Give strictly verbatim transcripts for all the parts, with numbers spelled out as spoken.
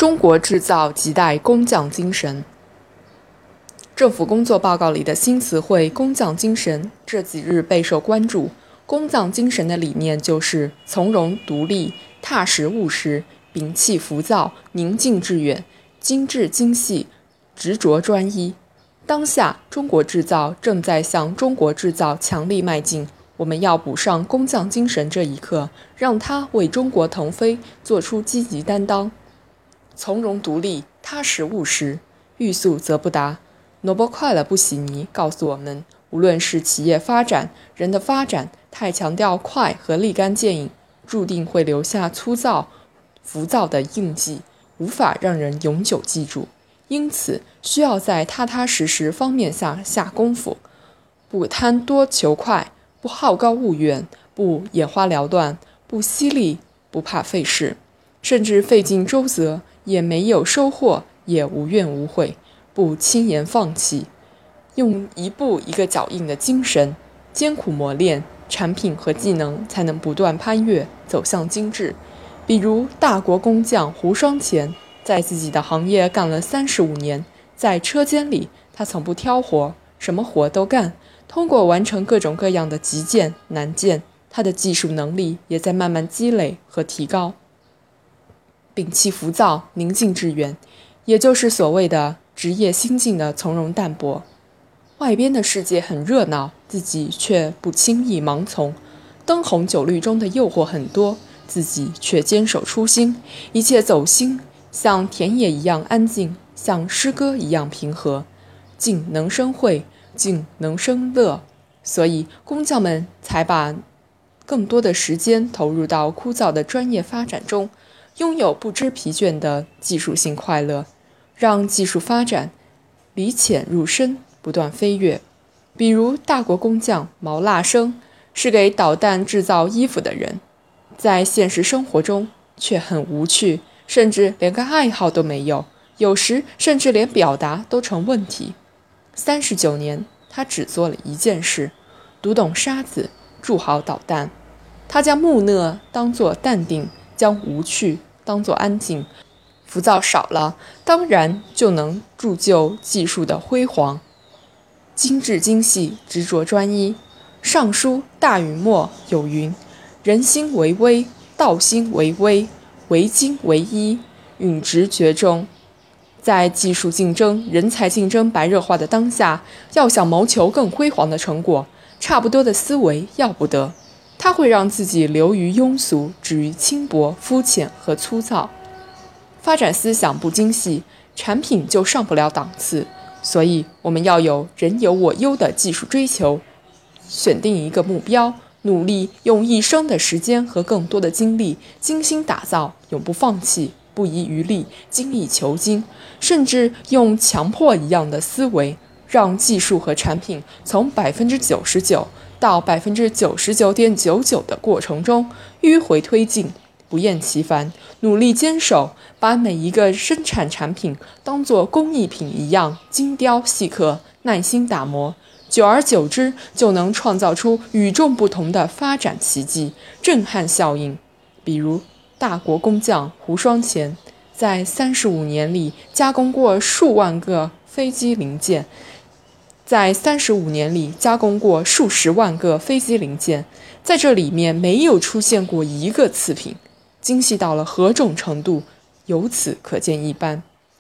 中国制造亟待工匠精神。政府工作报告里的新词汇工匠精神这几日备受关注。工匠精神的理念就是从容独立、踏实务实、摒弃浮躁、宁静致远、精致精细、执着专一。当下中国制造正在向中国制造强力迈进，我们要补上工匠精神这一课，让它为中国腾飞做出积极担当。从容独立、踏实务实，欲速则不达。罗伯·快乐布喜尼告诉我们，无论是企业发展、人的发展，太强调快和立竿见影，注定会留下粗糙、浮躁的印记，无法让人永久记住。因此，需要在踏踏实实方面下下功夫，不贪多求快，不好高骛远，不眼花缭乱，不犀利，不怕费事，甚至费尽周折也没有收获，也无怨无悔，不轻言放弃，用一步一个脚印的精神，艰苦磨练，产品和技能才能不断攀跃，走向精致。比如大国工匠胡双乾，在自己的行业干了三十五年，在车间里，他从不挑活，什么活都干，通过完成各种各样的急件、难件，他的技术能力也在慢慢积累和提高。摒弃浮躁，宁静致远，也就是所谓的职业心境的从容淡泊。外边的世界很热闹，自己却不轻易盲从。灯红酒绿中的诱惑很多，自己却坚守初心，一切走心，像田野一样安静，像诗歌一样平和。静能生慧，静能生乐，所以工匠们才把更多的时间投入到枯燥的专业发展中，拥有不知疲倦的技术性快乐，让技术发展离浅入深，不断飞跃。比如大国工匠毛腊生是给导弹制造衣服的人，在现实生活中却很无趣，甚至连个爱好都没有，有时甚至连表达都成问题。三十九年，他只做了一件事：读懂沙子，铸好导弹。他将木讷当作淡定，将无趣当作安静，浮躁少了，当然就能铸就技术的辉煌。精致精细，执着专一。尚书大禹谟有云：人心为微，道心为微，为精为一，允直觉中。在技术竞争、人才竞争白热化的当下，要想谋求更辉煌的成果，差不多的思维要不得。它会让自己流于庸俗，止于轻薄、肤浅和粗糙。发展思想不精细，产品就上不了档次。所以我们要有人有我优的技术追求，选定一个目标，努力用一生的时间和更多的精力精心打造，永不放弃，不遗余力，精益求精，甚至用强迫一样的思维，让技术和产品从百分之九十九到百分之九十九点九九的过程中迂回推进，不厌其烦，努力坚守，把每一个生产产品当作工艺品一样精雕细刻，耐心打磨，久而久之就能创造出与众不同的发展奇迹，震撼效应。比如大国工匠胡双乾在三十五年里加工过数万个飞机零件，在三十五年里加工过数十万个飞机零件，在这里面没有出现过一个次品，精细到了何种程度，由此可见一斑。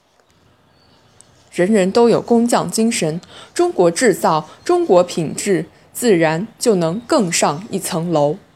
人人都有工匠精神，中国制造、中国品质自然就能更上一层楼。